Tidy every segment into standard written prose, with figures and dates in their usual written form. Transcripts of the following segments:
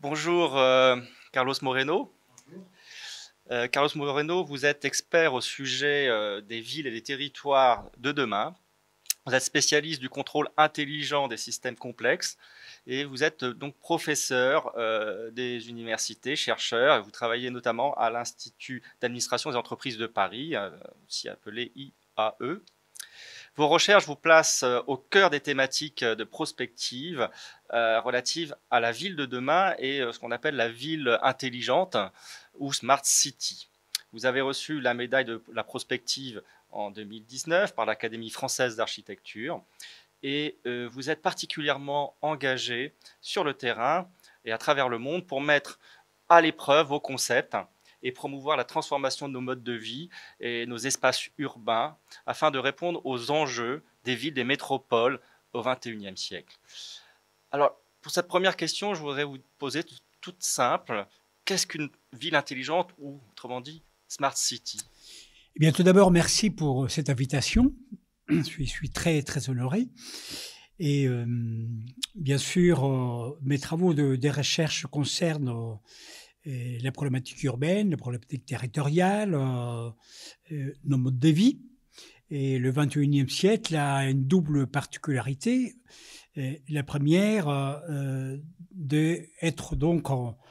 Bonjour Carlos Moreno. Carlos Moreno, vous êtes expert au sujet des villes et des territoires de demain. Vous êtes spécialiste du contrôle intelligent des systèmes complexes et vous êtes donc professeur des universités, chercheur, et vous travaillez notamment à l'Institut d'administration des entreprises de Paris, aussi appelé IAE. Vos recherches vous placent au cœur des thématiques de prospective relatives à la ville de demain et ce qu'on appelle la ville intelligente ou Smart City. Vous avez reçu la médaille de la prospective en 2019 par l'Académie française d'architecture et vous êtes particulièrement engagé sur le terrain et à travers le monde pour mettre à l'épreuve vos concepts et promouvoir la transformation de nos modes de vie et nos espaces urbains afin de répondre aux enjeux des villes, des métropoles au XXIe siècle. Alors, pour cette première question, je voudrais vous poser toute simple. Qu'est-ce qu'une ville intelligente ou, autrement dit, Smart City? Eh bien, tout d'abord, merci pour cette invitation. Je suis très, très honoré. Et bien sûr, mes travaux des recherches concernent la problématique urbaine, la problématique territoriale, nos modes de vie. Et le XXIe siècle a une double particularité. La première, d'être donc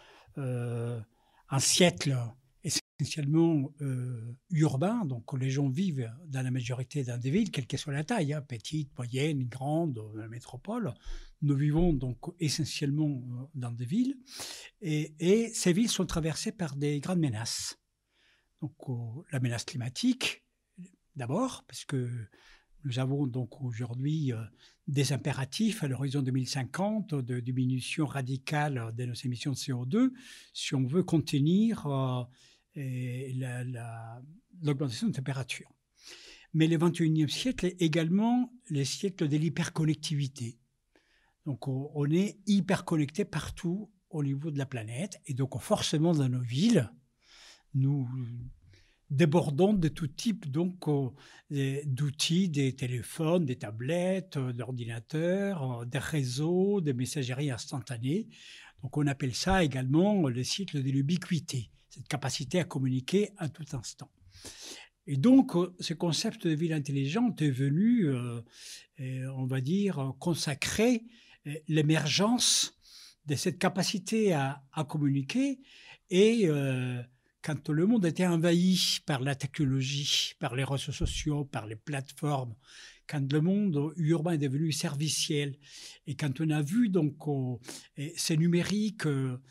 un siècle essentiellement urbain, donc les gens vivent dans la majorité dans des villes, quelle que soit la taille, hein, petite, moyenne, grande, la métropole. Nous vivons donc essentiellement dans des villes, et ces villes sont traversées par des grandes menaces. Donc la menace climatique, d'abord, parce que nous avons donc aujourd'hui des impératifs à l'horizon 2050 de diminution radicale de nos émissions de CO2 si on veut contenir l'augmentation de température. Mais le XXIe siècle est également le siècle de l'hyperconnectivité. Donc on est hyperconnecté partout au niveau de la planète, et donc forcément dans nos villes, nous débordons de tout type donc d'outils, des téléphones, des tablettes, d'ordinateurs, des réseaux, des messageries instantanées. Donc on appelle ça également le cycle de l'ubiquité, cette capacité à communiquer à tout instant. Et donc ce concept de ville intelligente est venu, on va dire, consacrer l'émergence de cette capacité à communiquer et quand le monde était envahi par la technologie, par les réseaux sociaux, par les plateformes, quand le monde urbain est devenu serviciel, et quand on a vu donc ces numériques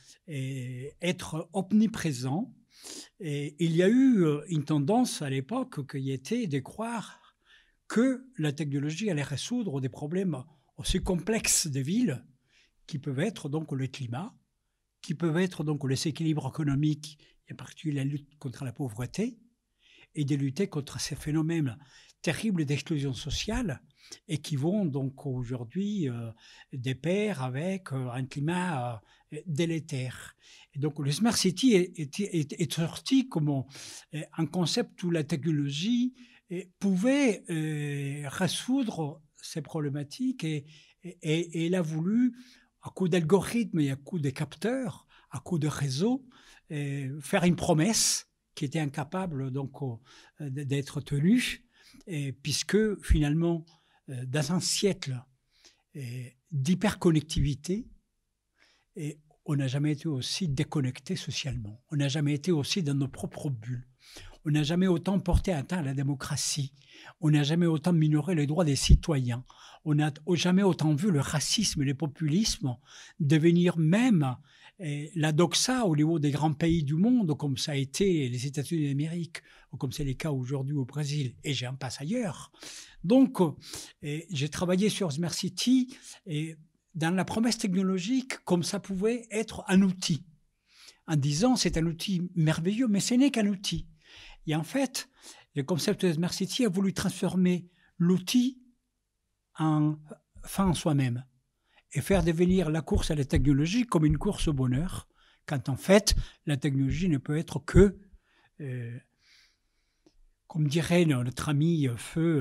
être omniprésents, il y a eu une tendance à l'époque qui était de croire que la technologie allait résoudre des problèmes aussi complexes des villes, qui peuvent être donc le climat, qui peuvent être donc les équilibres économiques, en particulier la lutte contre la pauvreté, et de lutter contre ces phénomènes terribles d'exclusion sociale, et qui vont donc aujourd'hui de pair avec un climat délétère. Et donc le Smart City est sorti comme un concept où la technologie pouvait résoudre ces problématiques, et il a voulu, à coup d'algorithmes et à coup de capteurs, à coup de réseaux, faire une promesse qui était incapable donc d'être tenue, puisque finalement, dans un siècle d'hyperconnectivité, on n'a jamais été aussi déconnecté socialement, on n'a jamais été aussi dans nos propres bulles, on n'a jamais autant porté atteinte à la démocratie, on n'a jamais autant minoré les droits des citoyens, on n'a jamais autant vu le racisme et le populisme devenir même la doxa au niveau des grands pays du monde, comme ça a été les États-Unis d'Amérique, ou comme c'est le cas aujourd'hui au Brésil, et j'en passe ailleurs. Donc, j'ai travaillé sur Smart City dans la promesse technologique comme ça pouvait être un outil, en disant c'est un outil merveilleux, mais ce n'est qu'un outil. Et en fait, le concept de Smart City a voulu transformer l'outil en fin en soi-même, et faire devenir la course à la technologie comme une course au bonheur, quand en fait, la technologie ne peut être que, comme dirait notre ami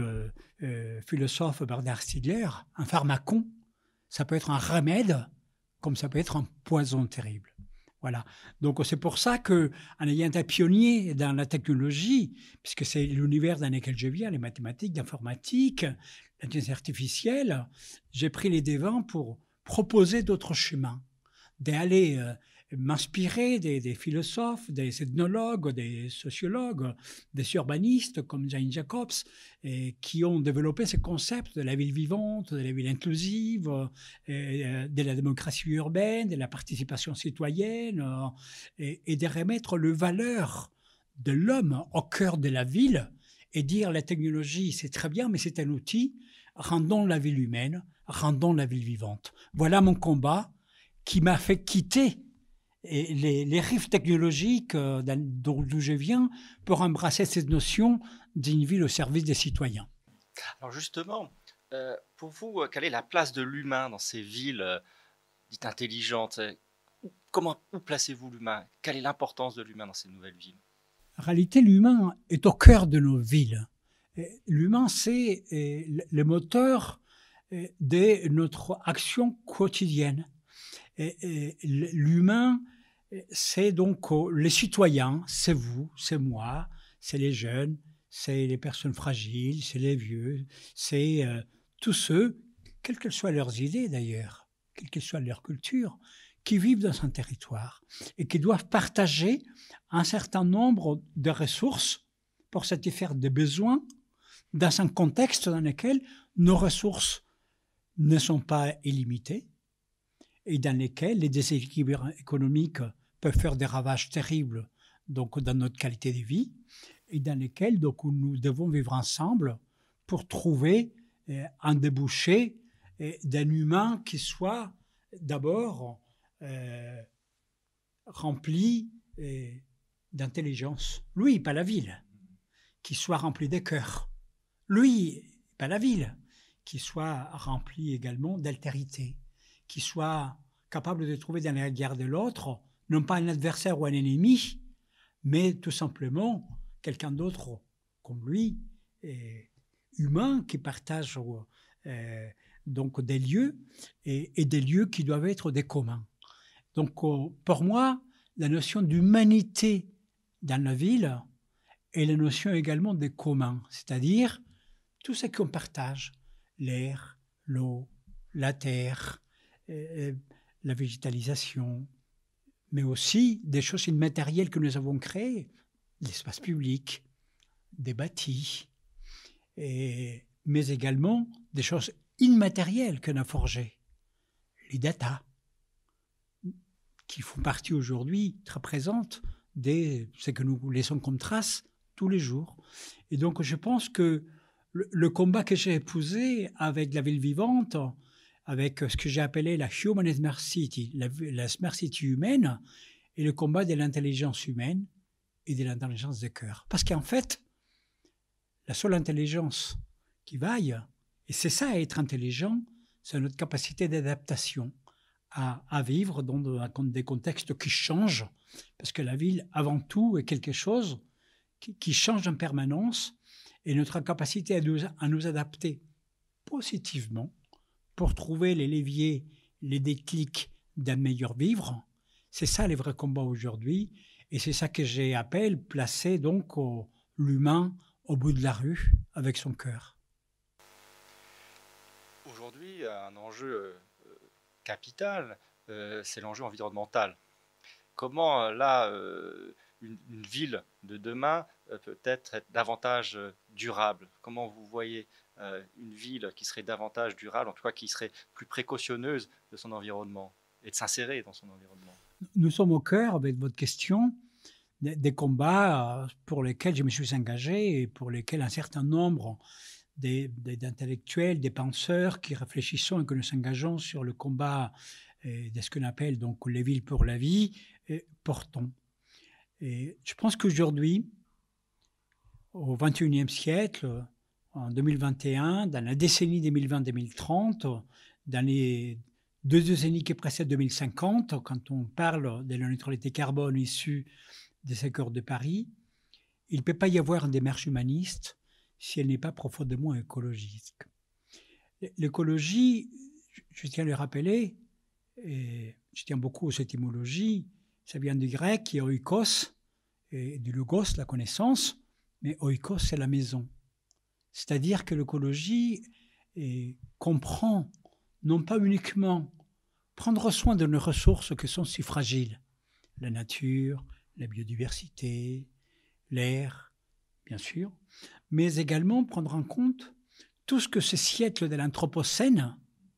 philosophe Bernard Stiegler, un pharmacon. Ça peut être un remède comme ça peut être un poison terrible. Voilà. Donc c'est pour ça que, en ayant été pionnier dans la technologie, puisque c'est l'univers dans lequel je viens, les mathématiques, l'informatique, l'intelligence artificielle, j'ai pris les devants pour proposer d'autres chemins, d'aller m'inspirer des philosophes, des ethnologues, des sociologues, des urbanistes comme Jane Jacobs, qui ont développé ce concept de la ville vivante, de la ville inclusive, de la démocratie urbaine, de la participation citoyenne, et de remettre le valeur de l'homme au cœur de la ville et dire la technologie c'est très bien mais c'est un outil, rendons la ville humaine, rendons la ville vivante. Voilà mon combat qui m'a fait quitter les rives technologiques d'où je viens pour embrasser cette notion d'une ville au service des citoyens. Alors justement, pour vous, quelle est la place de l'humain dans ces villes dites intelligentes? Où placez-vous l'humain? Quelle est l'importance de l'humain dans ces nouvelles villes? En réalité, l'humain est au cœur de nos villes. L'humain, c'est le moteur de notre action quotidienne. L'humain, c'est donc les citoyens, c'est vous, c'est moi, c'est les jeunes, c'est les personnes fragiles, c'est les vieux, c'est tous ceux, quelles que soient leurs idées d'ailleurs, quelle que soit leur culture, qui vivent dans un territoire et qui doivent partager un certain nombre de ressources pour satisfaire des besoins dans un contexte dans lequel nos ressources ne sont pas illimitées et dans lesquels les déséquilibres économiques peuvent faire des ravages terribles donc, dans notre qualité de vie et dans lesquels donc, nous devons vivre ensemble pour trouver un débouché d'un humain qui soit d'abord rempli d'intelligence. Lui, pas la ville. Qui soit rempli de cœur. Lui, pas la ville. Qui soit rempli également d'altérité. Qui soit capable de trouver dans les regards de l'autre, non pas un adversaire ou un ennemi, mais tout simplement quelqu'un d'autre comme lui, humain, qui partage donc des lieux et des lieux qui doivent être des communs. Donc pour moi, la notion d'humanité dans la ville est la notion également des communs, c'est-à-dire tout ce qu'on partage, l'air, l'eau, la terre, la végétalisation, mais aussi des choses immatérielles que nous avons créées, l'espace public, des bâtis, mais également des choses immatérielles qu'on a forgées, les data, qui font partie aujourd'hui très présente de ce que nous laissons comme trace tous les jours. Et donc je pense que le combat que j'ai épousé avec la ville vivante, avec ce que j'ai appelé la Human Smart City, la Smart City humaine, et le combat de l'intelligence humaine et de l'intelligence de cœur. Parce qu'en fait, la seule intelligence qui vaille, et c'est ça être intelligent, c'est notre capacité d'adaptation à vivre dans des contextes qui changent, parce que la ville, avant tout, est quelque chose qui change en permanence, et notre capacité à nous adapter positivement pour trouver les leviers, les déclics d'un meilleur vivre, c'est ça les vrais combats aujourd'hui, et c'est ça que j'appelle placer donc l'humain au bout de la rue avec son cœur. Aujourd'hui, un enjeu capital, c'est l'enjeu environnemental. Comment là, une ville de demain peut être davantage durable? Comment vous voyez une ville qui serait davantage durable, en tout cas qui serait plus précautionneuse de son environnement et de s'insérer dans son environnement? Nous sommes au cœur, avec votre question, des combats pour lesquels je me suis engagé et pour lesquels un certain nombre d'intellectuels, des penseurs qui réfléchissons et que nous nous engageons sur le combat de ce qu'on appelle donc les villes pour la vie, portons. Et je pense qu'aujourd'hui, au XXIe siècle, en 2021, dans la décennie 2020-2030, dans les 2 décennies qui précèdent 2050, quand on parle de la neutralité carbone issue des accords de Paris, il ne peut pas y avoir une démarche humaniste si elle n'est pas profondément écologiste. L'écologie, je tiens à le rappeler, Et je tiens beaucoup aux étymologies. Ça vient du grec qui est oikos, et du logos, la connaissance, mais oikos, c'est la maison. C'est-à-dire que l'écologie comprend non pas uniquement prendre soin de nos ressources qui sont si fragiles, la nature, la biodiversité, l'air, bien sûr, mais également prendre en compte tout ce que ce siècle de l'Anthropocène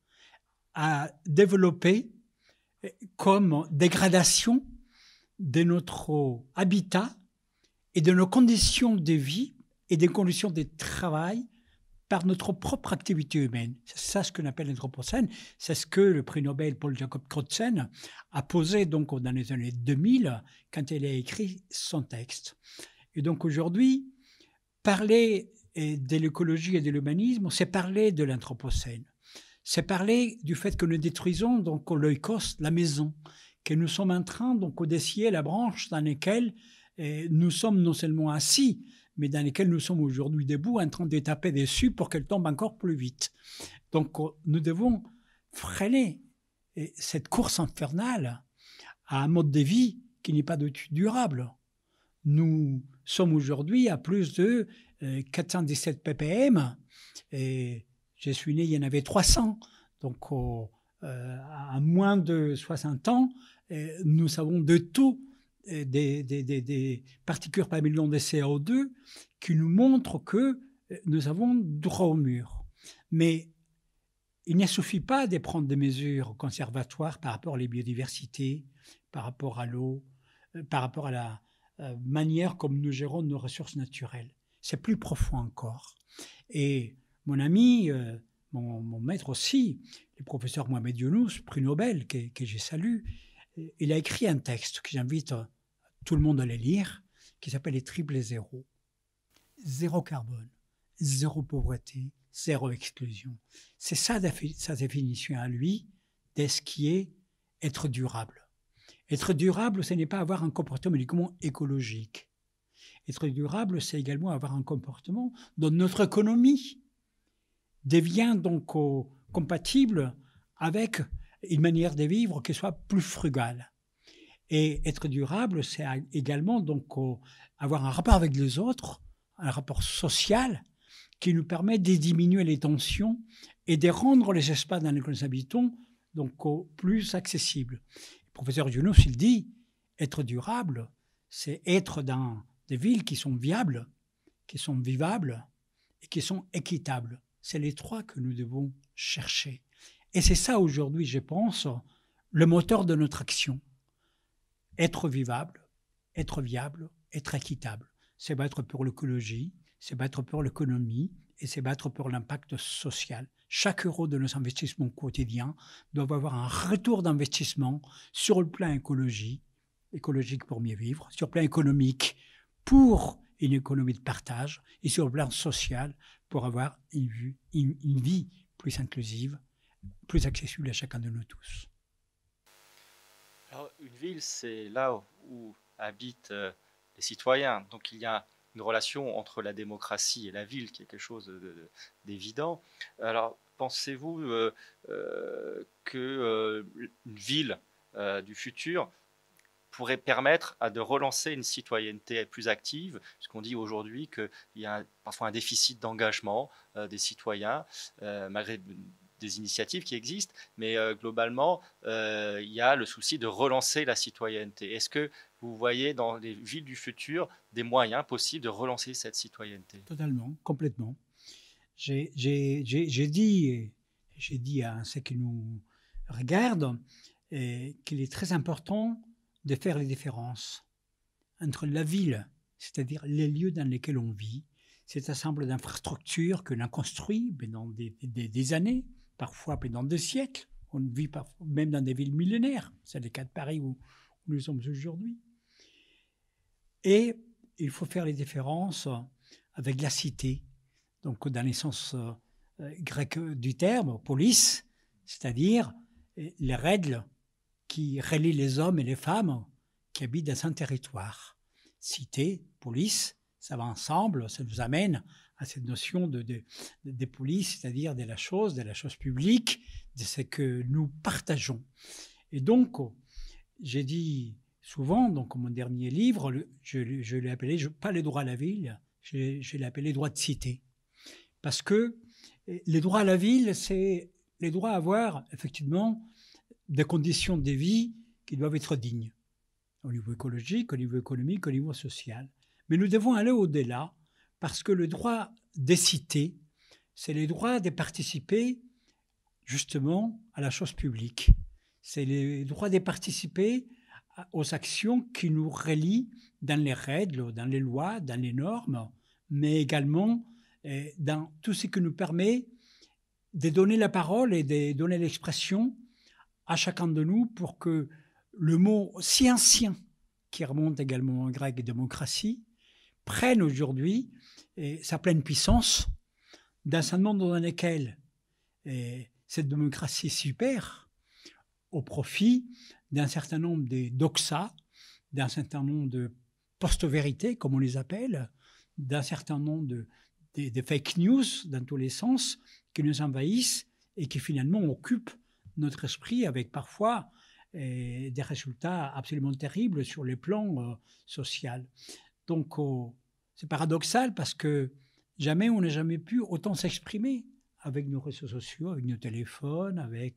a développé comme dégradation de notre habitat et de nos conditions de vie et des conditions de travail par notre propre activité humaine. C'est ça ce qu'on appelle l'Anthropocène. C'est ce que le prix Nobel Paul Jacob Crutzen a posé donc dans les années 2000 quand il a écrit son texte. Et donc aujourd'hui, parler de l'écologie et de l'humanisme, c'est parler de l'Anthropocène. C'est parler du fait que nous détruisons donc l'oikos, la maison, que nous sommes en train donc d'essayer la branche dans laquelle nous sommes non seulement assis, mais dans laquelle nous sommes aujourd'hui debout en train de taper dessus pour qu'elle tombe encore plus vite. Donc nous devons freiner cette course infernale à un mode de vie qui n'est pas durable. Nous sommes aujourd'hui à plus de 417 ppm et je suis né, il y en avait 300. Donc à moins de 60 ans, nous avons de taux des particules par million de CO2 qui nous montrent que nous avons droit au mur. Mais il ne suffit pas de prendre des mesures conservatoires par rapport à la biodiversité, par rapport à l'eau, par rapport à la manière comme nous gérons nos ressources naturelles. C'est plus profond encore. Et mon ami, mon maître aussi, le professeur Mohamed Younous, prix Nobel, que je salue, il a écrit un texte que j'invite tout le monde à le lire, qui s'appelle les triples zéros. Zéro carbone, zéro pauvreté, zéro exclusion. C'est ça sa définition à lui de ce qui est être durable. Être durable, ce n'est pas avoir un comportement uniquement écologique. Être durable, c'est également avoir un comportement dont notre économie devient donc compatible avec une manière de vivre qui soit plus frugale. Et être durable, c'est également donc avoir un rapport avec les autres, un rapport social qui nous permet de diminuer les tensions et de rendre les espaces dans lesquels nous habitons donc plus accessibles. Le professeur Younous, il dit, être durable, c'est être dans des villes qui sont viables, qui sont vivables et qui sont équitables. C'est les trois que nous devons chercher. Et c'est ça aujourd'hui, je pense, le moteur de notre action. Être vivable, être viable, être équitable. C'est battre pour l'écologie, c'est battre pour l'économie et c'est battre pour l'impact social. Chaque euro de nos investissements quotidiens doit avoir un retour d'investissement sur le plan écologique pour mieux vivre, sur le plan économique pour une économie de partage et sur le plan social pour avoir une vie plus inclusive, plus accessible à chacun de nous tous. Alors, une ville, c'est là où habitent les citoyens. Donc il y a une relation entre la démocratie et la ville qui est quelque chose d'évident. Alors pensez-vous qu'une ville du futur pourrait permettre de relancer une citoyenneté plus active, puisqu'on dit aujourd'hui qu'il y a parfois un déficit d'engagement des citoyens, malgré des initiatives qui existent, mais globalement, il y a le souci de relancer la citoyenneté. Est-ce que vous voyez dans les villes du futur des moyens possibles de relancer cette citoyenneté? Totalement, complètement. J'ai dit à ceux qui nous regardent qu'il est très important de faire les différences entre la ville, c'est-à-dire les lieux dans lesquels on vit, cet ensemble d'infrastructures que l'on construit pendant des années, parfois pendant des siècles. On vit même dans des villes millénaires. C'est le cas de Paris où nous sommes aujourd'hui. Et il faut faire les différences avec la cité, donc dans les sens grecs du terme, polis, c'est-à-dire les règles qui relient les hommes et les femmes qui habitent dans un territoire. Cité, police, ça va ensemble, ça nous amène à cette notion de police, c'est-à-dire de la chose publique, de ce que nous partageons. Et donc, j'ai dit souvent, donc mon dernier livre, je l'ai appelé, pas les droits à la ville, je l'ai appelé droits de cité. Parce que les droits à la ville, c'est les droits à avoir, effectivement, des conditions de vie qui doivent être dignes, au niveau écologique, au niveau économique, au niveau social. Mais nous devons aller au-delà, parce que le droit des cités, c'est le droit de participer justement à la chose publique. C'est le droit de participer aux actions qui nous relient dans les règles, dans les lois, dans les normes, mais également dans tout ce qui nous permet de donner la parole et de donner l'expression à chacun de nous pour que le mot si ancien, qui remonte également au grec démocratie, prenne aujourd'hui sa pleine puissance dans un monde dans lequel cette démocratie super au profit d'un certain nombre de doxas, d'un certain nombre de post-vérités, comme on les appelle, d'un certain nombre de fake news dans tous les sens qui nous envahissent et qui finalement occupent notre esprit avec parfois des résultats absolument terribles sur le plan social. Donc c'est paradoxal parce que jamais on n'a jamais pu autant s'exprimer avec nos réseaux sociaux, avec nos téléphones,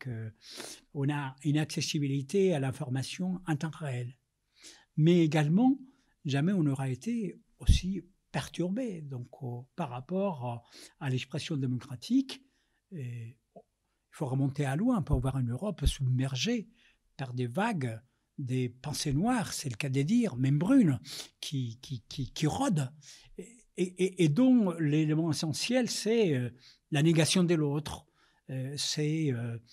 on a une accessibilité à l'information en temps réel. Mais également, jamais on n'aura été aussi perturbé. Donc, par rapport à l'expression démocratique, il faut remonter à loin pour voir une Europe submergée par des vagues, des pensées noires, c'est le cas de dire, même brunes, qui rôdent, et dont l'élément essentiel, c'est la négation de l'autre, c'est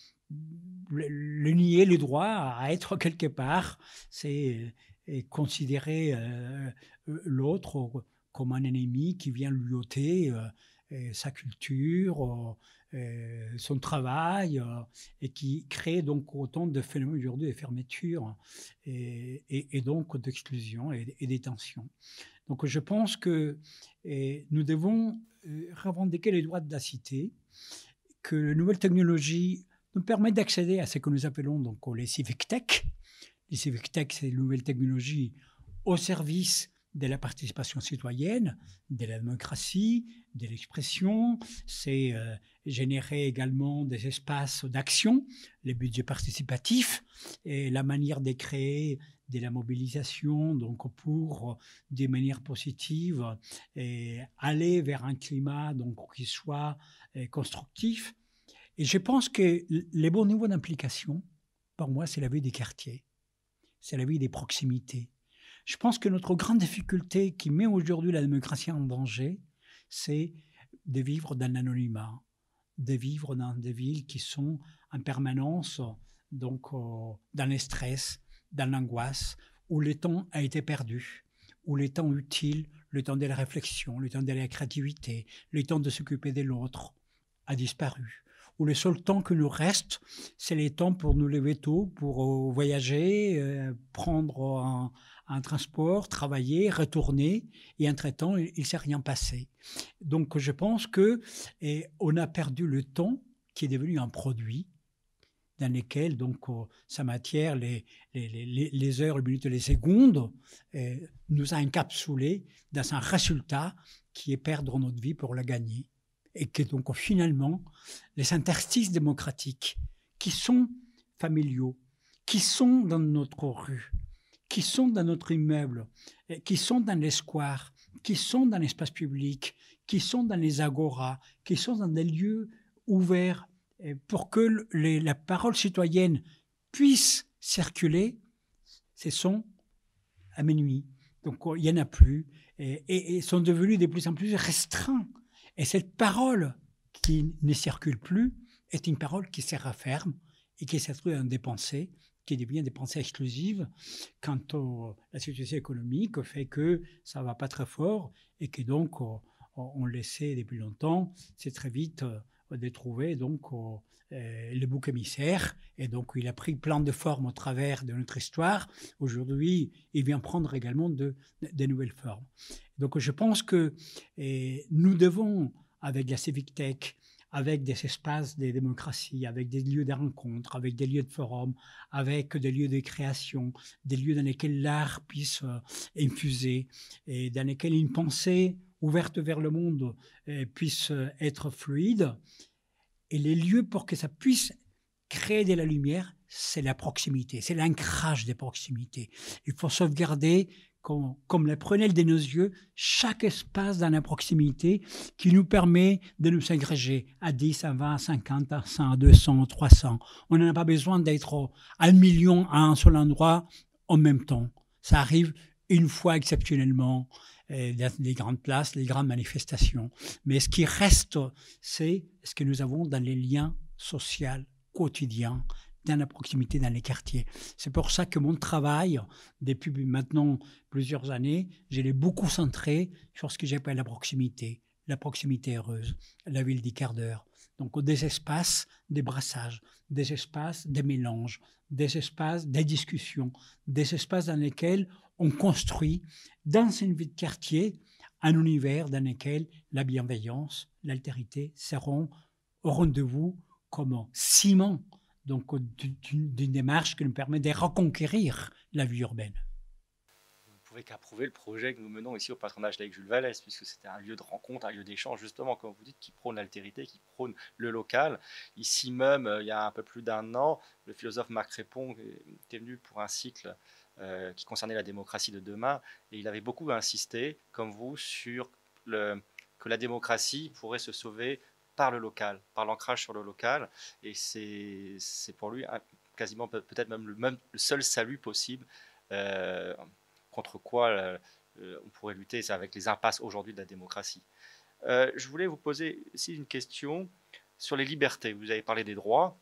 le nier le droit à être quelque part, c'est considérer l'autre comme un ennemi qui vient lui ôter sa culture, son travail, et qui crée donc autant de phénomènes aujourd'hui de fermeture et donc d'exclusion et des tensions. Donc je pense que nous devons revendiquer les droits de la cité, que les nouvelles technologies nous permettent d'accéder à ce que nous appelons donc les civic tech. Les civic tech, c'est les nouvelles technologies au service de la participation citoyenne, de la démocratie, de l'expression. C'est générer également des espaces d'action, les budgets participatifs, et la manière de créer de la mobilisation, donc pour des manières positives, et aller vers un climat donc qui soit constructif. Et je pense que les bons niveaux d'implication, pour moi, c'est la vie des quartiers, c'est la vie des proximités. Je pense que notre grande difficulté qui met aujourd'hui la démocratie en danger, c'est de vivre dans l'anonymat, de vivre dans des villes qui sont en permanence donc, dans le stress, dans l'angoisse, où le temps a été perdu, où le temps utile, le temps de la réflexion, le temps de la créativité, le temps de s'occuper de l'autre a disparu. Où le seul temps que nous reste, c'est les temps pour nous lever tôt, pour voyager, prendre un transport, travailler, retourner, et entre-temps, il ne s'est rien passé. Donc je pense qu'on a perdu le temps qui est devenu un produit dans lequel donc sa matière, les heures, les minutes et les secondes nous a encapsulés dans un résultat qui est perdre notre vie pour la gagner. Et que donc finalement, les interstices démocratiques qui sont familiaux, qui sont dans notre rue, qui sont dans notre immeuble, qui sont dans les squares, qui sont dans l'espace public, qui sont dans les agoras, qui sont dans des lieux ouverts pour que la parole citoyenne puisse circuler, ce sont à minuit. Donc il n'y en a plus et sont devenus de plus en plus restreints. Et cette parole qui ne circule plus est une parole qui se referme et qui se trouve dans des pensées, qui devient des pensées exclusives quand la situation économique fait que ça ne va pas très fort et que donc on le sait depuis longtemps, c'est très vite de trouver donc le bouc émissaire, et donc il a pris plein de formes au travers de notre histoire. Aujourd'hui, il vient prendre également de nouvelles formes. Donc je pense que nous devons, avec la Civic Tech, avec des espaces de démocratie, avec des lieux de rencontre, avec des lieux de forum, avec des lieux de création, des lieux dans lesquels l'art puisse infuser et dans lesquels une pensée ouverte vers le monde puisse être fluide. Et les lieux pour que ça puisse créer de la lumière, c'est la proximité, c'est l'ancrage des proximités. Il faut sauvegarder, comme la prunelle de nos yeux, chaque espace dans la proximité qui nous permet de nous agréger à 10, à 20, à 50, à 100, à 200, à 300. On n'en a pas besoin d'être à 1 million à un seul endroit en même temps. Ça arrive une fois exceptionnellement dans les grandes places, les grandes manifestations. Mais ce qui reste, c'est ce que nous avons dans les liens sociaux quotidiens, dans la proximité, dans les quartiers. C'est pour ça que mon travail, depuis maintenant plusieurs années, je l'ai beaucoup centré sur ce que j'appelle la proximité heureuse, la ville du quart d'heure. Donc des espaces, des brassages, des espaces, des mélanges, des espaces, des discussions, des espaces dans lesquels on construit, dans une vie de quartier, un univers dans lequel la bienveillance, l'altérité seront au rendez-vous comme ciment donc d'une démarche qui nous permet de reconquérir la vie urbaine. Vous ne pouvez qu'approuver le projet que nous menons ici au patronage d'Aigues Jules Vallès, puisque c'était un lieu de rencontre, un lieu d'échange, justement, comme vous dites, qui prône l'altérité, qui prône le local. Ici même, il y a un peu plus d'un an, le philosophe Marc Répon était venu pour un cycle qui concernait la démocratie de demain, et il avait beaucoup insisté, comme vous, sur que la démocratie pourrait se sauver par le local, par l'ancrage sur le local, et c'est pour lui quasiment peut-être même le seul salut possible, contre quoi on pourrait lutter, c'est avec les impasses aujourd'hui de la démocratie. Je voulais vous poser ici une question sur les libertés. Vous avez parlé des droits.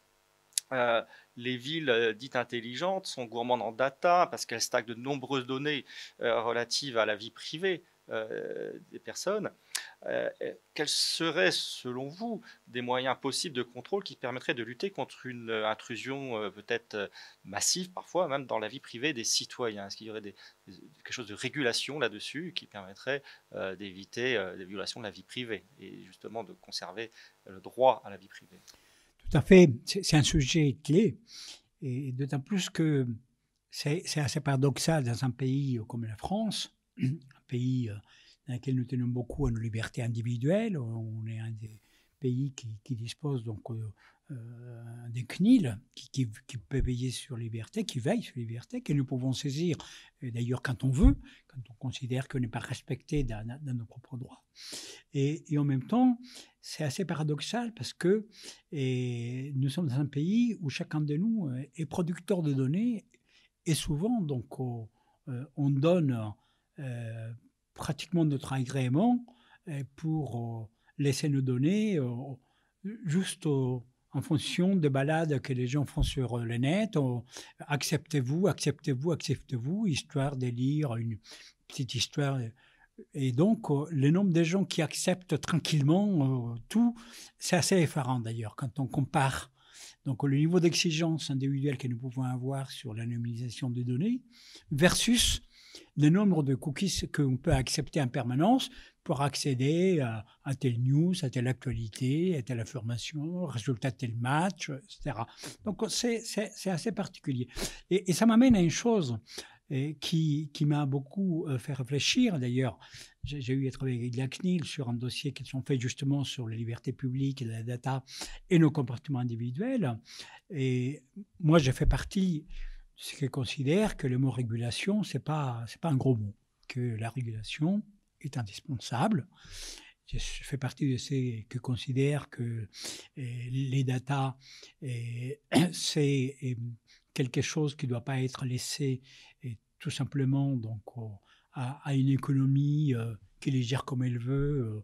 Les villes dites intelligentes sont gourmandes en data parce qu'elles stackent de nombreuses données relatives à la vie privée des personnes. Quels seraient, selon vous, des moyens possibles de contrôle qui permettraient de lutter contre une intrusion peut-être massive, parfois même dans la vie privée des citoyens? Est-ce qu'il y aurait quelque chose de régulation là-dessus qui permettrait d'éviter des violations de la vie privée et justement de conserver le droit à la vie privée? Tout à fait, c'est un sujet clé, et d'autant plus que c'est assez paradoxal dans un pays comme la France, un pays dans lequel nous tenons beaucoup à nos libertés individuelles. On est un des pays qui dispose donc des CNIL, qui peut veiller sur les libertés, qui veille sur les libertés, que nous pouvons saisir d'ailleurs quand on veut, quand on considère qu'on n'est pas respecté dans nos propres droits. Et en même temps, c'est assez paradoxal parce que nous sommes dans un pays où chacun de nous est producteur de données, et souvent donc on donne pratiquement notre agrément pour laisser nos données juste en fonction des balades que les gens font sur le net. Acceptez-vous, acceptez-vous, acceptez-vous, histoire de lire une petite histoire. Et donc, le nombre de gens qui acceptent tranquillement tout, c'est assez effarant d'ailleurs quand on compare. Donc, le niveau d'exigence individuelle que nous pouvons avoir sur l'anonymisation des données versus le nombre de cookies qu'on peut accepter en permanence pour accéder à telle news, à telle actualité, à telle information, résultat de tel match, etc. Donc, c'est assez particulier. Et ça m'amène à une chose qui m'a beaucoup fait réfléchir. D'ailleurs, j'ai eu à travailler avec la CNIL sur un dossier qui sont faits justement sur les libertés publiques, la data et nos comportements individuels. Et moi, j'ai fait partie de ceux qui considèrent que le mot régulation, c'est pas un gros mot, que la régulation est indispensable. Je fais partie de ceux qui considèrent que les data, c'est quelque chose qui ne doit pas être laissé tout simplement donc, à une économie qui les gère comme elle veut,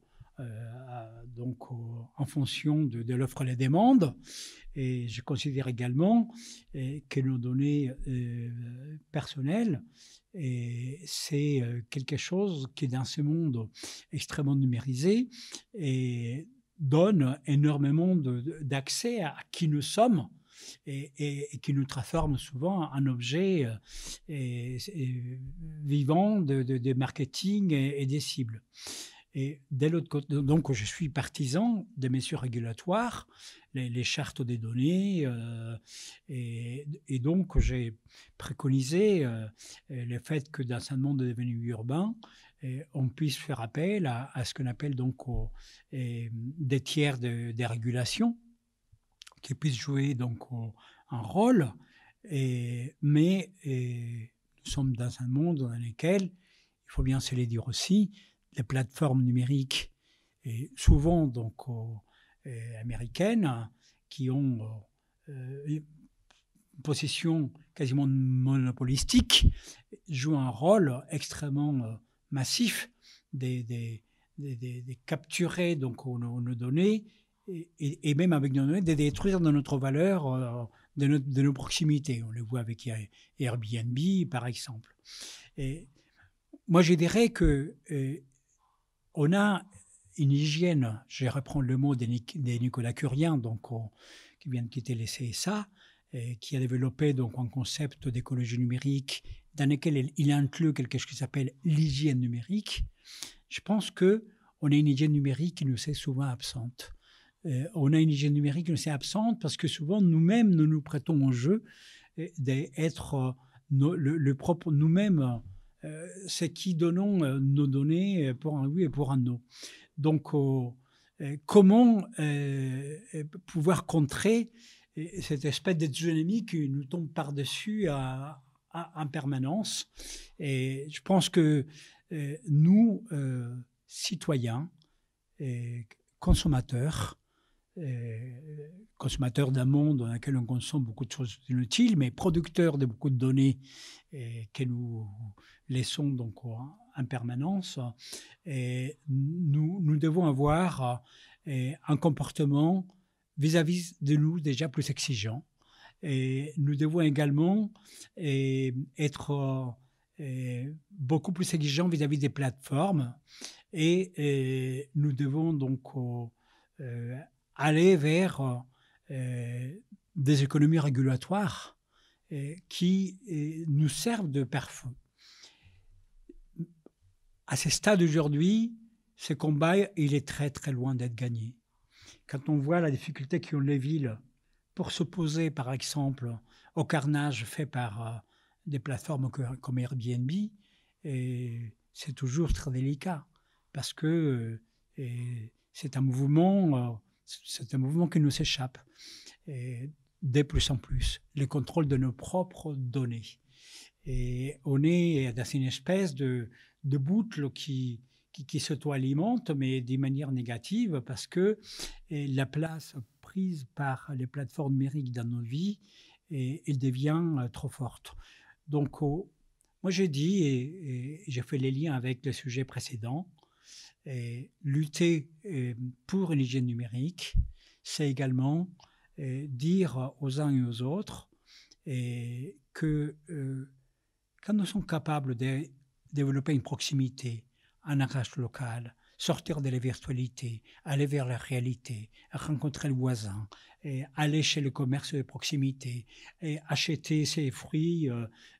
donc en fonction de l'offre et la demande. Et je considère également que nos données personnelles, c'est quelque chose qui, dans ce monde extrêmement numérisé, donne énormément d'accès à qui nous sommes, et qui nous transforme souvent en objet vivant de marketing et des cibles. Et dès l'autre côté, donc je suis partisan des mesures régulatoires, les chartes des données, et donc j'ai préconisé le fait que dans un monde devenu urbain, on puisse faire appel à ce qu'on appelle donc des tiers de régulation qui puissent jouer donc un rôle, mais nous sommes dans un monde dans lequel, il faut bien se le dire aussi, les plateformes numériques, et souvent donc américaines, qui ont une position quasiment monopolistique, jouent un rôle extrêmement massif de capturer donc nos données et même avec nos données, de détruire de notre valeur, de nos proximités. On le voit avec Airbnb, par exemple. Et moi, je dirais que on a une hygiène, je vais reprendre le mot de Nicolas Curien, donc, qui vient de quitter les CSA, qui a développé donc un concept d'écologie numérique dans lequel il inclut quelque chose qui s'appelle l'hygiène numérique. Je pense qu'on a une hygiène numérique qui nous est souvent absente. On a une hygiène numérique qui nous est absente parce que souvent nous-mêmes nous nous prêtons au jeu d'être le propre nous-mêmes, c'est qui donnons nos données pour un oui et pour un non. Donc, comment pouvoir contrer cette espèce de tsunami qui nous tombe par-dessus en permanence? Et je pense que nous, citoyens et consommateurs d'un monde dans lequel on consomme beaucoup de choses inutiles, mais producteurs de beaucoup de données que nous laissons donc en permanence, nous devons avoir un comportement vis-à-vis de nous déjà plus exigeant. Et nous devons également être beaucoup plus exigeants vis-à-vis des plateformes et nous devons donc aller vers des économies régulatoires qui nous servent de pare-feu. À ce stade aujourd'hui, ce combat, il est très très loin d'être gagné. Quand on voit la difficulté qu'ont les villes pour s'opposer, par exemple, au carnage fait par des plateformes comme Airbnb, c'est toujours très délicat parce que c'est un mouvement qui nous échappe. Et de plus en plus, le contrôle de nos propres données. Et on est dans une espèce de boucle qui s'auto-alimente, mais d'une manière négative, parce que la place prise par les plateformes numériques dans nos vies, elle devient trop forte. Donc, moi j'ai dit, et j'ai fait les liens avec le sujet précédent, lutter pour une hygiène numérique, c'est également dire aux uns et aux autres que quand nous sommes capables de développer une proximité, un ancrage local, sortir de la virtualité, aller vers la réalité, rencontrer le voisin, aller chez le commerce de proximité, et acheter ses fruits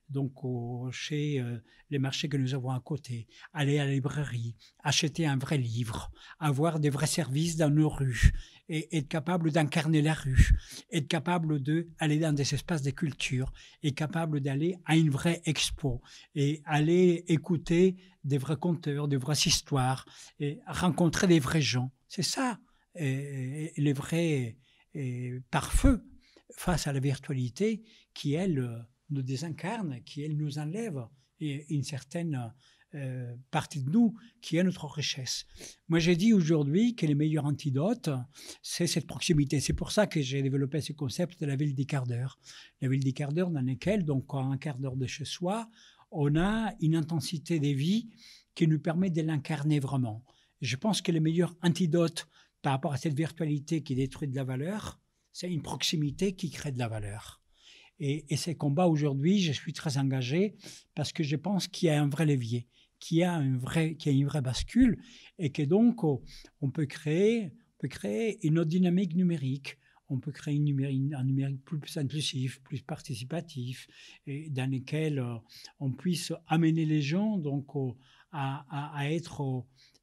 chez les marchés que nous avons à côté, aller à la librairie, acheter un vrai livre, avoir des vrais services dans nos rues, et être capable d'incarner la rue, être capable d'aller dans des espaces de culture, être capable d'aller à une vraie expo, et aller écouter des vrais conteurs, des vraies histoires, et rencontrer des vrais gens. C'est ça, les vrais pare-feu face à la virtualité qui, elle, nous désincarne, qui, elle, nous enlève une certaine partie de nous qui est notre richesse. Moi, j'ai dit aujourd'hui que le meilleur antidote, c'est cette proximité. C'est pour ça que j'ai développé ce concept de la ville des quarts d'heure. La ville des quarts d'heure dans laquelle, donc, à un quart d'heure de chez soi, on a une intensité de vie qui nous permet de l'incarner vraiment. Je pense que le meilleur antidote par rapport à cette virtualité qui détruit de la valeur, c'est une proximité qui crée de la valeur. Et ces combats aujourd'hui, je suis très engagé parce que je pense qu'il y a un vrai levier, qu'il y a une vraie bascule et que donc on peut créer une autre dynamique numérique. On peut créer un numérique plus inclusif, plus participatif, et dans lequel on puisse amener les gens donc à être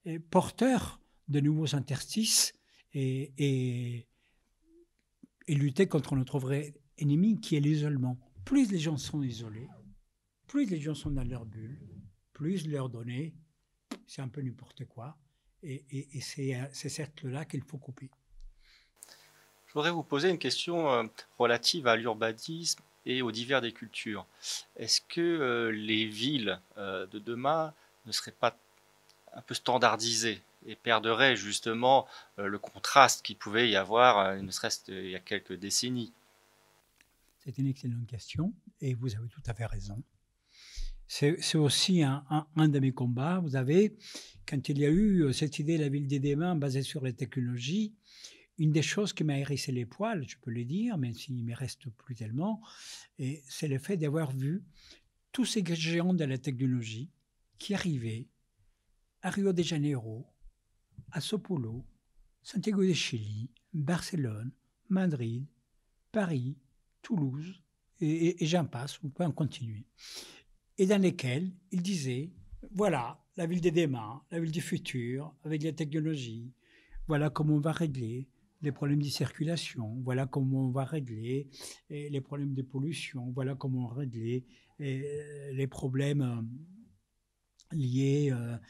porteur de nouveaux interstices et lutter contre notre vrai ennemi qui est l'isolement. Plus les gens sont isolés, plus les gens sont dans leur bulle, plus leur donner, c'est un peu n'importe quoi. Et c'est ces cercles-là qu'il faut couper. Je voudrais vous poser une question relative à l'urbanisme et aux divers des cultures. Est-ce que les villes de demain ne seraient pas un peu standardisées et perdraient justement le contraste qu'il pouvait y avoir, ne serait-ce il y a quelques décennies? C'est une excellente question et vous avez tout à fait raison. C'est aussi un de mes combats. Vous avez, quand il y a eu cette idée de la ville des demain basée sur les technologies, une des choses qui m'a hérissé les poils, je peux le dire, même s'il ne me reste plus tellement, c'est le fait d'avoir vu tous ces géants de la technologie qui arrivaient à Rio de Janeiro, à Sao Paulo, Santiago de Chili, Barcelone, Madrid, Paris, Toulouse, et j'en passe, on peut en continuer, et dans lesquels il disait, voilà, la ville des demain, la ville du futur, avec les technologies, voilà comment on va régler les problèmes de circulation, voilà comment on va régler les problèmes de pollution, voilà comment on va régler les problèmes liés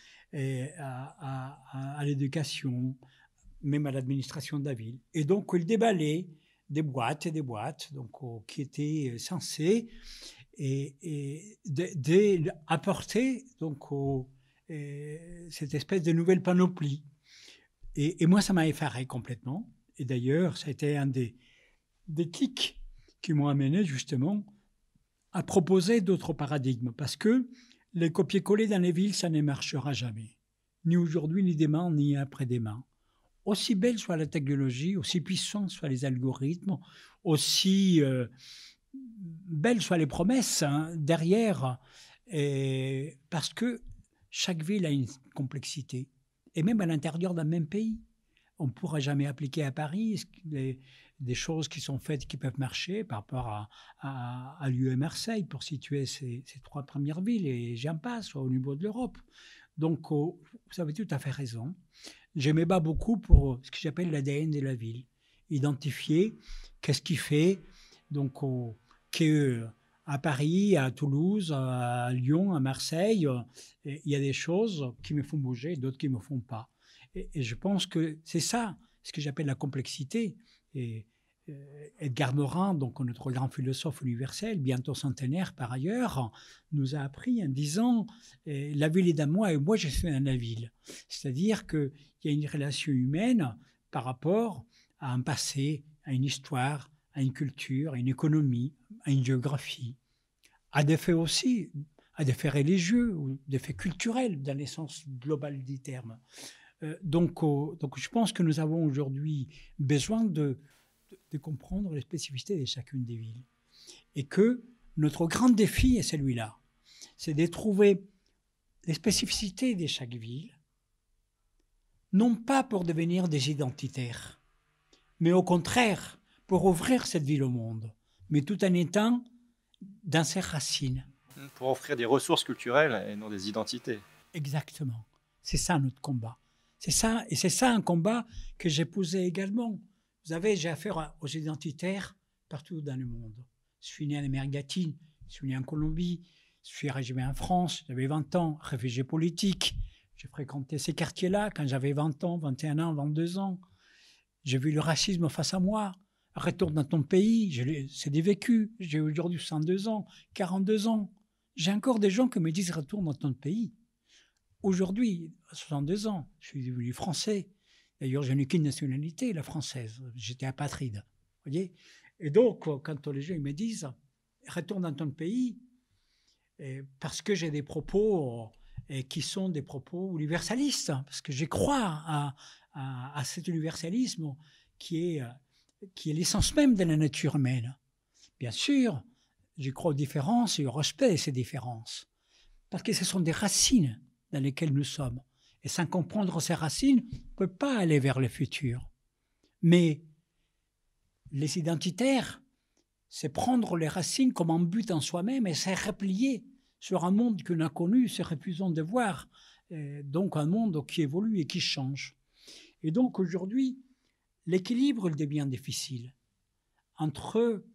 à l'éducation, même à l'administration de la ville. Et donc, il déballait des boîtes et des boîtes donc, qui étaient censées apporter donc, cette espèce de nouvelle panoplie. Et moi, ça m'a effaré complètement. Et d'ailleurs, ça a été un des clics qui m'ont amené justement à proposer d'autres paradigmes. Parce que les copier-coller dans les villes, ça ne marchera jamais. Ni aujourd'hui, ni demain, ni après-demain. Aussi belle soit la technologie, aussi puissants soient les algorithmes, aussi belles soient les promesses derrière, parce que chaque ville a une complexité. Et même à l'intérieur d'un même pays. On ne pourra jamais appliquer à Paris des choses qui sont faites qui peuvent marcher par rapport à Lyon et Marseille pour situer ces trois premières villes, et j'en passe au niveau de l'Europe. Donc, vous avez tout à fait raison. Je me bats beaucoup pour ce que j'appelle l'ADN de la ville. Identifier qu'est-ce qui fait donc, qu'à Paris, à Toulouse, à Lyon, à Marseille, il y a des choses qui me font bouger, d'autres qui ne me font pas. Et je pense que c'est ça, ce que j'appelle la complexité. Et Edgar Morin, donc notre grand philosophe universel, bientôt centenaire par ailleurs, nous a appris en disant la ville est à moi et moi je suis dans la ville. C'est-à-dire qu'il y a une relation humaine par rapport à un passé, à une histoire, à une culture, à une économie, à une géographie, à des faits aussi, à des faits religieux ou des faits culturels dans l'essence globale du terme. Donc, je pense que nous avons aujourd'hui besoin de comprendre les spécificités de chacune des villes. Et que notre grand défi est celui-là. C'est de trouver les spécificités de chaque ville, non pas pour devenir des identitaires, mais au contraire, pour ouvrir cette ville au monde, mais tout en étant dans ses racines. Pour offrir des ressources culturelles et non des identités. Exactement. C'est ça notre combat. C'est ça, et c'est ça un combat que j'ai posé également. Vous savez, j'ai affaire aux identitaires partout dans le monde. Je suis né en Amérique latine, je suis né en Colombie, je suis arrivé en France, j'avais 20 ans, réfugié politique. J'ai fréquenté ces quartiers-là quand j'avais 20 ans, 21 ans, 22 ans. J'ai vu le racisme face à moi. Retourne dans ton pays, c'est des vécus. J'ai aujourd'hui 62 ans, 42 ans. J'ai encore des gens qui me disent retourne dans ton pays. Aujourd'hui, à 62 ans, je suis devenu français. D'ailleurs, je n'ai qu'une nationalité, la française. J'étais apatride. Voyez. Et donc, quand les gens me disent « retourne dans ton pays », parce que j'ai des propos qui sont des propos universalistes, parce que je crois à cet universalisme qui est l'essence même de la nature humaine. Bien sûr, je crois aux différences et au respect de ces différences, parce que ce sont des racines dans lesquelles nous sommes. Et sans comprendre ces racines, on ne peut pas aller vers le futur. Mais les identitaires, c'est prendre les racines comme un but en soi-même et c'est replier sur un monde qu'on a connu, c'est refusant de voir donc un monde qui évolue et qui change. Et donc aujourd'hui, l'équilibre devient difficile entre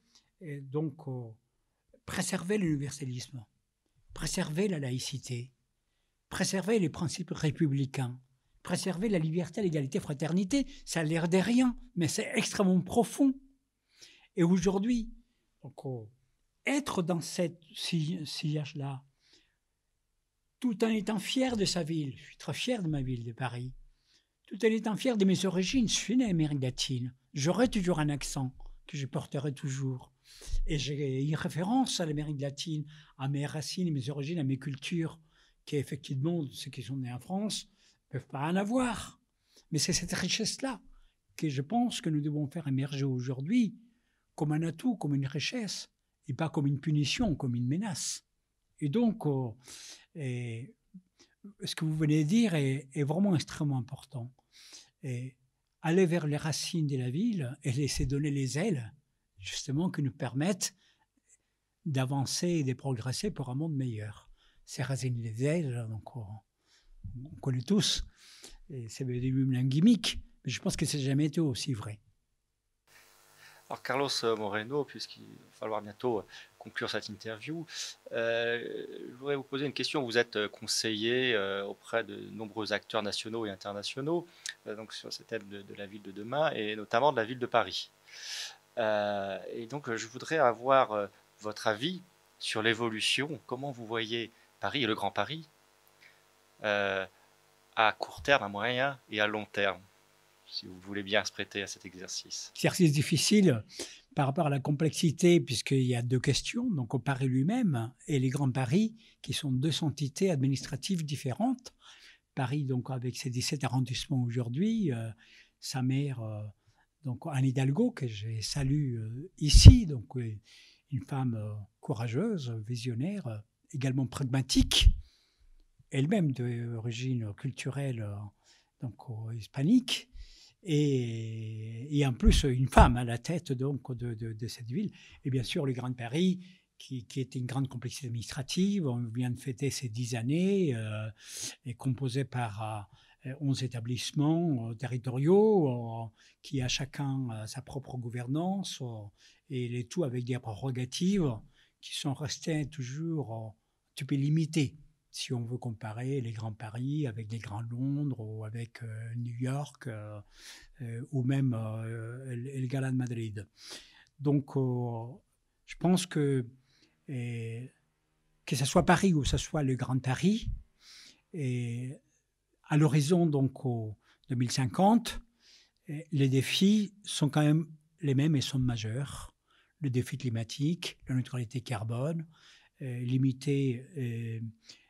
préserver l'universalisme, préserver la laïcité, préserver les principes républicains, préserver la liberté, l'égalité, fraternité. Ça a l'air de rien, mais c'est extrêmement profond. Et aujourd'hui, être dans cette sillage-là, tout en étant fier de sa ville, je suis très fier de ma ville, de Paris, tout en étant fier de mes origines, je suis né en Amérique latine, j'aurai toujours un accent que je porterai toujours. Et j'ai une référence à l'Amérique latine, à mes racines, mes origines, à mes cultures, qui effectivement, ceux qui sont nés en France ne peuvent pas en avoir. Mais c'est cette richesse-là que je pense que nous devons faire émerger aujourd'hui comme un atout, comme une richesse, et pas comme une punition, comme une menace. Et donc, ce que vous venez de dire est vraiment extrêmement important. Et aller vers les racines de la ville et laisser donner les ailes, justement, qui nous permettent d'avancer et de progresser pour un monde meilleur. Ces racines des ailes, donc, on connaît tous, et c'est même un gimmick, mais je pense que ça n'a jamais été aussi vrai. Alors Carlos Moreno, puisqu'il va falloir bientôt conclure cette interview, je voudrais vous poser une question. Vous êtes conseiller auprès de nombreux acteurs nationaux et internationaux donc sur ces thèmes de la ville de demain et notamment de la ville de Paris. Et donc je voudrais avoir votre avis sur l'évolution. Comment vous voyez Paris et le Grand Paris à court terme, à moyen et à long terme, si vous voulez bien se prêter à cet exercice. Exercice difficile par rapport à la complexité, puisqu'il y a deux questions, donc au Paris lui-même et les Grands Paris, qui sont deux entités administratives différentes. Paris, donc avec ses 17 arrondissements aujourd'hui, sa mère, donc Anne Hidalgo, que je salue ici, donc une femme courageuse, visionnaire, également pragmatique, elle-même d'origine culturelle donc hispanique, et en plus une femme à la tête donc de cette ville. Et bien sûr, le Grand Paris, qui est une grande complexité administrative. On vient de fêter ses 10 années, est composé par 11 établissements territoriaux qui a chacun sa propre gouvernance, et les tout avec des prérogatives qui sont restées toujours un petit peu limitées. Si on veut comparer les grands Paris avec les grands Londres ou avec New York ou même le Gala de Madrid. Donc, je pense que ce soit Paris ou que ce soit le Grand Paris, à l'horizon donc au 2050, les défis sont quand même les mêmes et sont majeurs. Le défi climatique, la neutralité carbone, limiter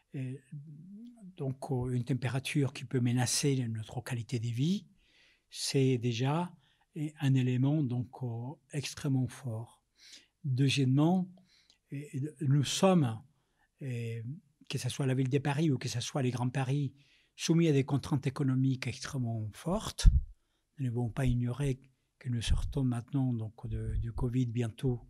donc une température qui peut menacer notre qualité de vie, c'est déjà un élément donc extrêmement fort. Deuxièmement, nous sommes, que ce soit la ville de Paris ou que ce soit les Grands Paris, soumis à des contraintes économiques extrêmement fortes. Nous ne devons pas ignorer que nous sortons maintenant donc du Covid bientôt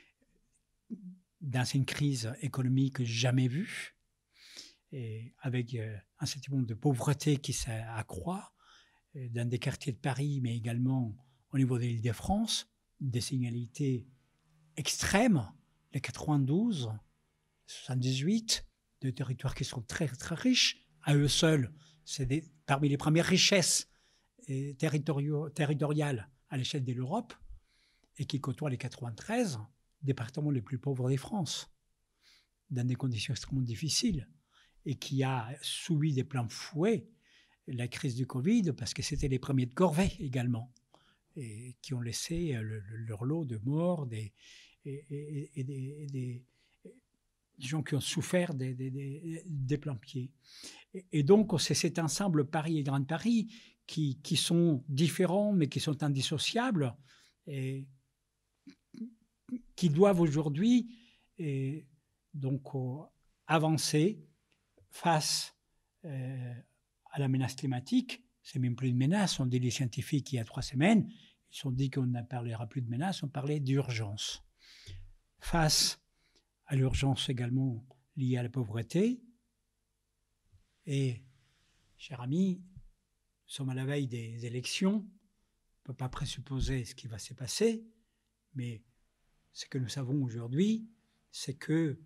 dans une crise économique jamais vue, et avec un sentiment de pauvreté qui s'accroît dans des quartiers de Paris, mais également au niveau de l'Île-de-France, des inégalités extrêmes, les 92, 78, deux territoires qui sont très, très riches. À eux seuls, c'est parmi les premières richesses territoriales à l'échelle de l'Europe, et qui côtoient les 93 départements les plus pauvres de France, dans des conditions extrêmement difficiles, et qui a subi de plein fouet la crise du Covid, parce que c'était les premiers de corvée également, et qui ont laissé leur lot de morts, des gens qui ont souffert des pleins pieds. Et donc, c'est cet ensemble Paris et Grand Paris qui sont différents, mais qui sont indissociables, et qui doivent aujourd'hui donc avancer face à la menace climatique. C'est même plus une menace, on dit les scientifiques il y a 3 semaines, ils ont dit qu'on ne parlera plus de menace, on parlait d'urgence. Face à l'urgence également liée à la pauvreté, et cher ami, nous sommes à la veille des élections. On ne peut pas présupposer ce qui va se passer, mais ce que nous savons aujourd'hui, c'est que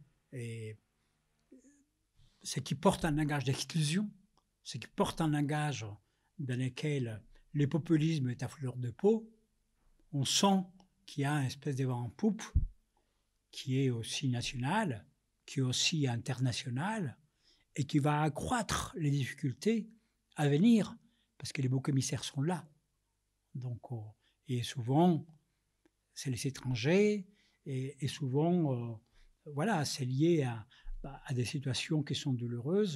ce qui porte un langage d'exclusion, ce qui porte un langage dans lequel le populisme est à fleur de peau, on sent qu'il y a une espèce de vent en poupe qui est aussi national, qui est aussi international, et qui va accroître les difficultés à venir, parce que les boucs émissaires sont là. Donc, et souvent, c'est les étrangers, et souvent, voilà, c'est lié à des situations qui sont douloureuses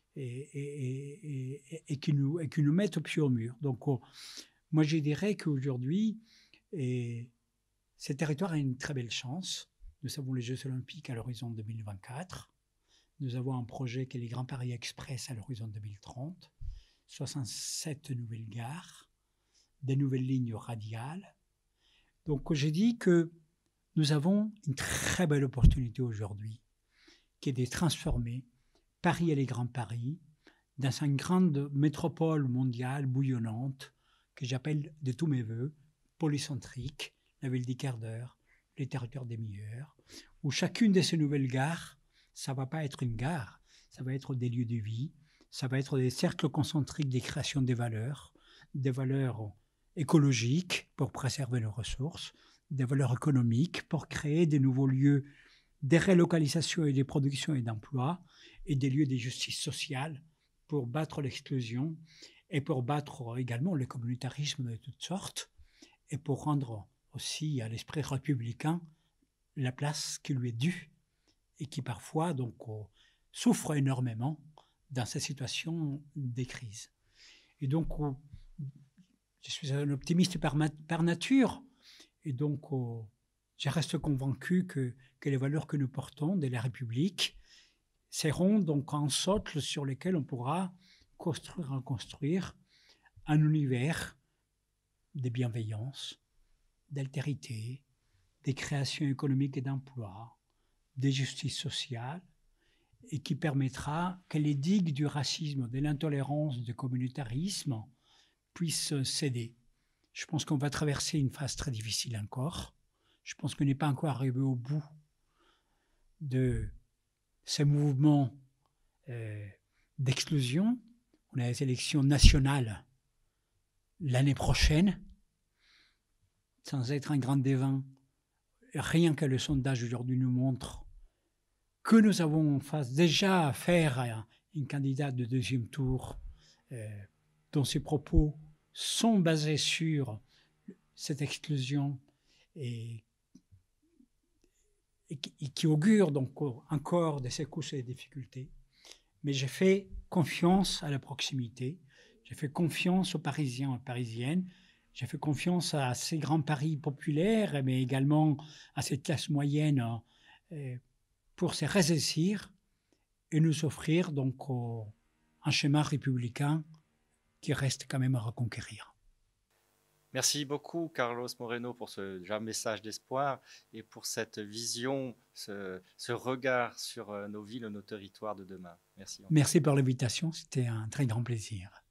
et qui nous mettent au pied au mur. Donc, moi, je dirais qu'aujourd'hui, ce territoire a une très belle chance. Nous avons les Jeux Olympiques à l'horizon 2024. Nous avons un projet qui est les Grands Paris Express à l'horizon 2030. 67 nouvelles gares, des nouvelles lignes radiales. Donc, j'ai dit que nous avons une très belle opportunité aujourd'hui, qui est de transformer Paris et les Grands Paris dans une grande métropole mondiale bouillonnante que j'appelle de tous mes voeux polycentrique, la ville des quarts d'heure, les territoires des meilleurs, où chacune de ces nouvelles gares, ça ne va pas être une gare, ça va être des lieux de vie, ça va être des cercles concentriques des créations des valeurs écologiques pour préserver nos ressources, des valeurs économiques pour créer des nouveaux lieux de relocalisation et de production et d'emploi, et des lieux de justice sociale pour battre l'exclusion et pour battre également le communautarisme de toutes sortes, et pour rendre aussi à l'esprit républicain la place qui lui est due et qui parfois donc souffre énormément dans ces situations de crise. Et donc, je suis un optimiste par nature, et donc je reste convaincu que les valeurs que nous portons de la République seront donc un socle sur lequel on pourra reconstruire un univers de bienveillance, d'altérité, des créations économiques et d'emplois, de justice sociale, et qui permettra que les digues du racisme, de l'intolérance, du communautarisme puissent céder. Je pense qu'on va traverser une phase très difficile encore. Je pense qu'on n'est pas encore arrivé au bout de ces mouvements d'exclusion. On a les élections nationales l'année prochaine, sans être un grand devin. Rien que le sondage aujourd'hui nous montre que nous avons en face déjà affaire à une candidate de deuxième tour dont ses propos sont basés sur cette exclusion et qui augure donc encore de secousses et des difficultés. Mais j'ai fait confiance à la proximité, j'ai fait confiance aux Parisiens et aux Parisiennes, j'ai fait confiance à ces grands paris populaires, mais également à cette classe moyenne pour se ressaisir et nous offrir donc un schéma républicain qui reste quand même à reconquérir. Merci beaucoup, Carlos Moreno, pour ce message d'espoir et pour cette vision, ce regard sur nos villes, nos territoires de demain. Merci. Merci pour l'invitation, c'était un très grand plaisir.